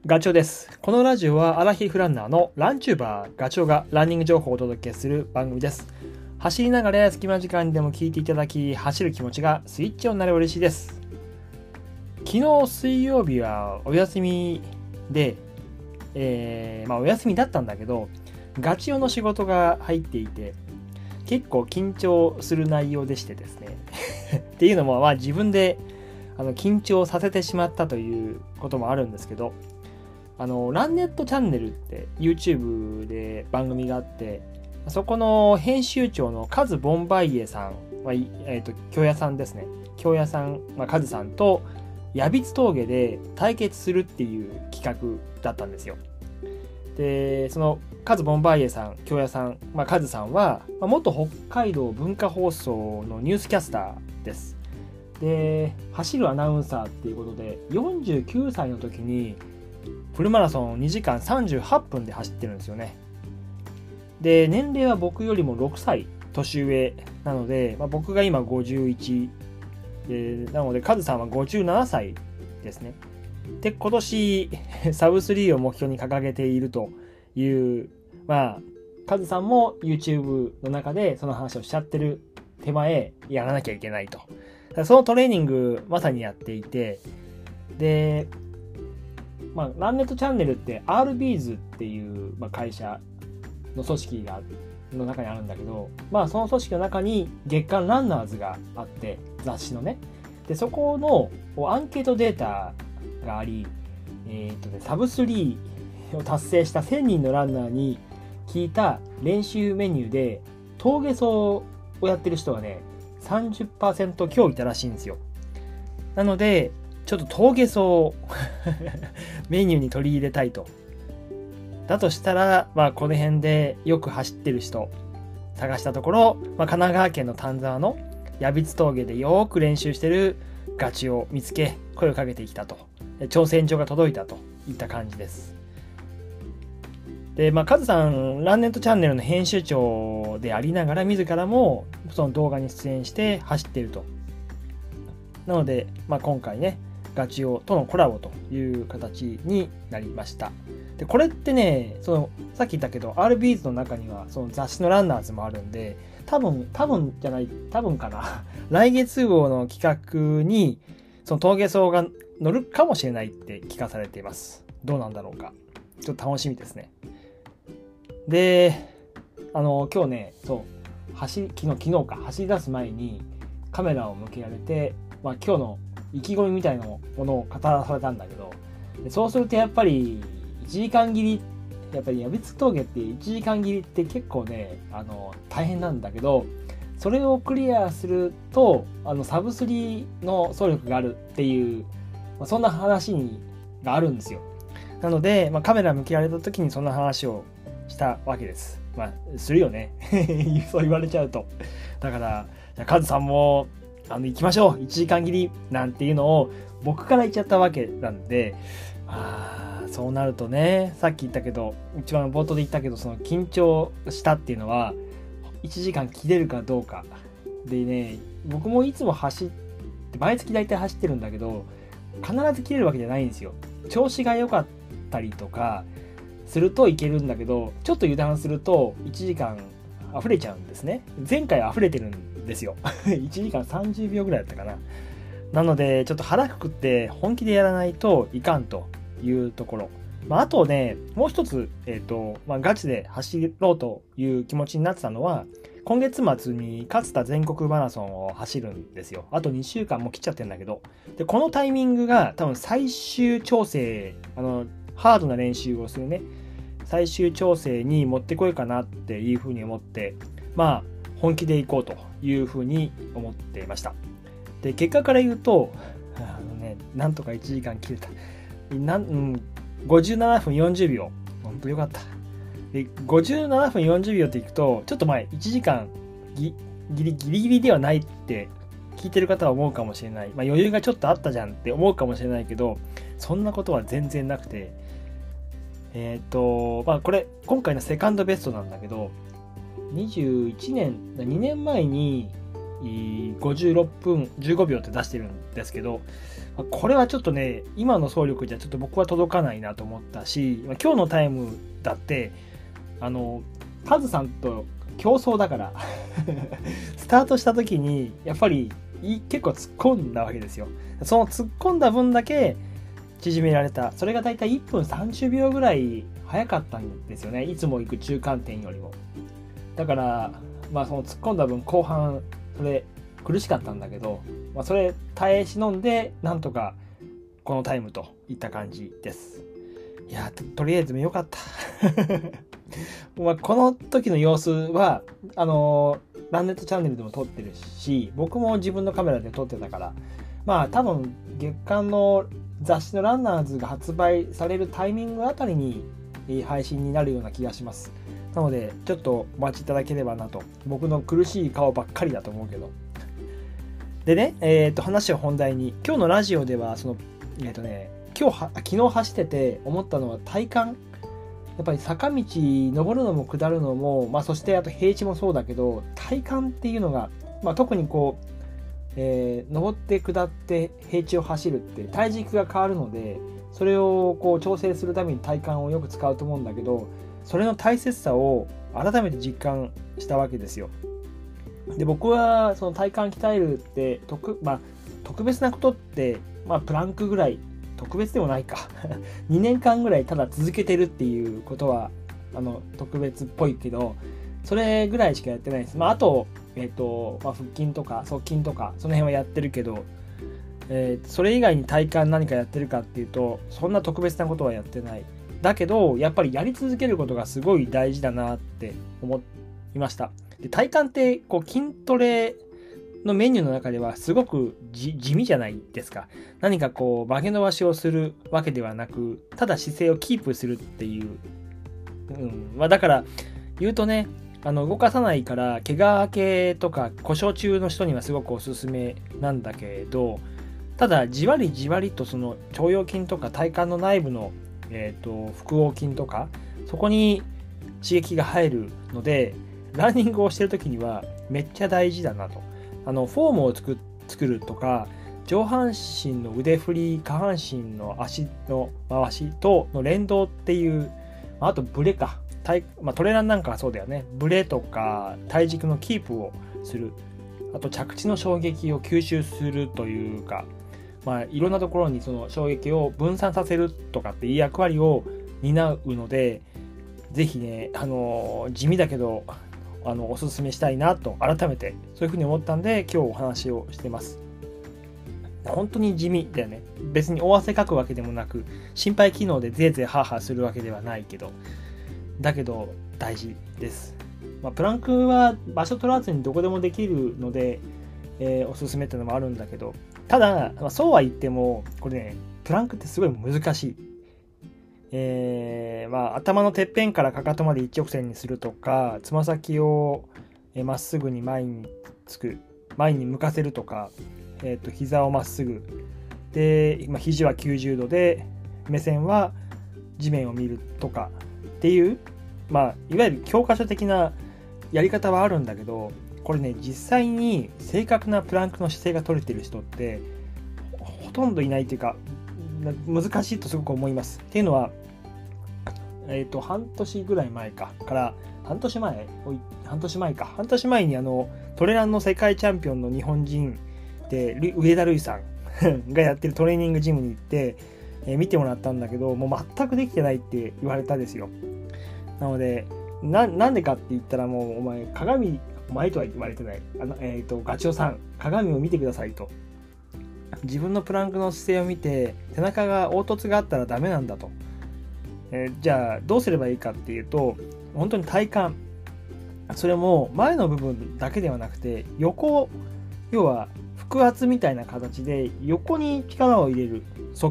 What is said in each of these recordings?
ガチョウです。このラジオはアラヒフランナーのランチューバーガチョウがランニング情報をお届けする番組です。走りながら隙間時間にでも聞いていただき、走る気持ちがスイッチオンになれば嬉しいです。昨日水曜日はお休みで、お休みだったんだけど、ガチョウの仕事が入っていて、結構緊張する内容でしてですね。っていうのも、自分で緊張させてしまったということもあるんですけど、ランネットチャンネルって YouTube で番組があって、そこの編集長のカズ・ボンバイエさんは、京谷さんですね。京谷さん、カズさんとヤビツ峠で対決するっていう企画だったんですよ。で、そのカズ・ボンバイエさん、京谷さん、カズさんは、元北海道文化放送のニュースキャスターです。で、走るアナウンサーっていうことで、49歳の時にフルマラソン2時間38分で走ってるんですよね。で、年齢は僕よりも6歳年上なので、僕が今51なので、カズさんは57歳ですね。で、今年サブ3を目標に掲げているという、カズさんも YouTube の中でその話をしちゃってる手前、やらなきゃいけないと。そのトレーニングまさにやっていて、で、ランネットチャンネルって RBs っていう会社の組織の中にあるんだけど、その組織の中に月刊ランナーズがあって、雑誌のね。で、そこのアンケートデータがあり、サブ3を達成した1000人のランナーに聞いた練習メニューで、峠走をやってる人がね、30% 強いたらしいんですよ。なので、ちょっと峠走をメニューに取り入れたいと。だとしたら、この辺でよく走ってる人探したところ、神奈川県の丹沢のヤビツ峠でよく練習してるガチを見つけ、声をかけてきたと。挑戦状が届いたといった感じです。で、カズさん、ランネットチャンネルの編集長でありながら、自らもその動画に出演して走っていると。なので、今回ね、ガチオとのコラボという形になりました。で、これってね、さっき言ったけど、RBs の中にはその雑誌のランナーズもあるんで、多分かな。来月号の企画に、その峠走が乗るかもしれないって聞かされています。どうなんだろうか。ちょっと楽しみですね。で、今日ね、昨日か、走り出す前にカメラを向けられて、今日の意気込みみたいなものを語らされたんだけど、そうするとやっぱり1時間切り、やっぱりヤビツ峠って1時間切りって結構ね、大変なんだけど、それをクリアするとサブ3の走力があるっていう、そんな話があるんですよ。なので、カメラ向けられた時にそんな話をしたわけです。するよね。そう言われちゃうと。だから、じゃあカズさんも行きましょう1時間切りなんていうのを僕から言っちゃったわけなんで、そうなるとね、さっき言ったけど、一番冒頭で言ったけど、その緊張したっていうのは1時間切れるかどうかでね、僕もいつも走って毎月大体走ってるんだけど、必ず切れるわけじゃないんですよ。調子が良かったりとかするといけるんだけど、ちょっと油断すると1時間溢れちゃうんですね。前回溢れてるんですよ。1時間30秒ぐらいだったかな。なのでちょっと腹くくって本気でやらないといかんというところ。あとね、もう一つ、ガチで走ろうという気持ちになってたのは、今月末に勝田全国マラソンを走るんですよ。あと2週間も来ちゃってるんだけど。で、このタイミングが多分最終調整、ハードな練習をするね、最終調整に持ってこいかなっていうふうに思って、本気で行こうというふうに思っていました。で、結果から言うと、なんとか1時間切れた。57分40秒。本当よかった。で、57分40秒っていくと、ちょっと1時間ギリギリではないって聞いてる方は思うかもしれない。余裕がちょっとあったじゃんって思うかもしれないけど、そんなことは全然なくて、これ、今回のセカンドベストなんだけど、2年前に 56分15秒って出してるんですけど、これはちょっとね今の走力じゃちょっと僕は届かないなと思ったし、今日のタイムだってカズさんと競争だからスタートした時にやっぱり結構突っ込んだわけですよ。その突っ込んだ分だけ縮められた。それがだいたい1分30秒ぐらい早かったんですよね、いつも行く中間点よりも。だからその突っ込んだ分後半それ苦しかったんだけど、それ耐え忍んでなんとかこのタイムといった感じです。いや とりあえず良かったこの時の様子はランネットチャンネルでも撮ってるし、僕も自分のカメラで撮ってたから、多分月間の雑誌のランナーズが発売されるタイミングあたりに配信になるような気がします。なのでちょっとお待ちいただければなと。僕の苦しい顔ばっかりだと思うけど。でね、話を本題に。今日のラジオでは昨日走ってて思ったのは体感。やっぱり坂道登るのも下るのも、そしてあと平地もそうだけど、体感っていうのが、特に登って下って平地を走るって体軸が変わるので、それを調整するために体幹をよく使うと思うんだけど、それの大切さを改めて実感したわけですよ。で、僕はその体幹鍛えるって特別なことって、プランクぐらい、特別でもないか2年間ぐらいただ続けてるっていうことは特別っぽいけど、それぐらいしかやってないです。あと腹筋とか側筋とかその辺はやってるけど、それ以外に体幹何かやってるかっていうと、そんな特別なことはやってない。だけどやっぱりやり続けることがすごい大事だなって思いました。で、体幹って筋トレのメニューの中ではすごく地味じゃないですか。何か曲げ伸ばしをするわけではなく、ただ姿勢をキープするっていう、だから言うとね、動かさないから怪我明けとか故障中の人にはすごくおすすめなんだけど、ただじわりじわりとその腸腰筋とか体幹の内部の、腹横筋とかそこに刺激が入るので、ランニングをしてる時にはめっちゃ大事だなと。フォームを作るとか、上半身の腕振り、下半身の足の回しとの連動っていう、あとブレか、トレランなんかはそうだよね。ブレとか体軸のキープをする、あと着地の衝撃を吸収するというか、いろんなところにその衝撃を分散させるとかっていう役割を担うので、ぜひね、地味だけどおすすめしたいなと改めてそういうふうに思ったんで今日お話をしてます。本当に地味だよね。別に大汗かくわけでもなく、心肺機能でゼーゼーハーハーするわけではないけど、だけど大事です。プランクは場所取らずにどこでもできるので、おすすめっていうのもあるんだけど、ただ、そうは言ってもこれね、プランクってすごい難しい。頭のてっぺんからかかとまで一直線にするとか、つま先をまっすぐに前に向かせるとか、膝をまっすぐで、肘は90度で目線は地面を見るとかっていう、いわゆる教科書的なやり方はあるんだけど、これね、実際に正確なプランクの姿勢が取れてる人ってほとんどいないというか、難しいとすごく思います。っていうのは、半年ぐらい前から半年前にトレランの世界チャンピオンの日本人で上田瑠衣さんがやってるトレーニングジムに行って、見てもらったんだけど、もう全くできてないって言われたですよ。なのでなんでかって言ったら、もうお前とは言われてない、ガチョウさん、鏡を見てくださいと。自分のプランクの姿勢を見て背中が凹凸があったらダメなんだと。じゃあどうすればいいかっていうと、本当に体幹、それも前の部分だけではなくて横、要は腹圧みたいな形で横に力を入れる側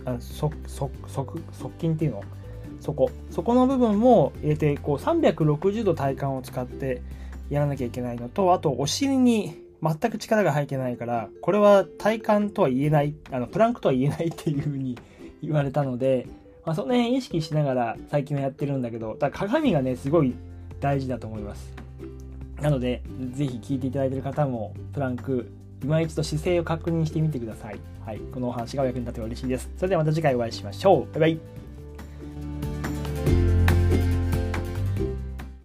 筋っていうの、そこの部分も入れて360度体幹を使ってやらなきゃいけないのと、あとお尻に全く力が入ってないから、これは体幹とは言えない、プランクとは言えないっていう風に言われたので、その辺意識しながら最近はやってるんだけど、だから鏡がねすごい大事だと思います。 なのでぜひ聞いていただいている方もプランク今一度姿勢を確認してみてください。はい、このお話がお役に立てば嬉しいです。それではまた次回お会いしましょう。バイバイ。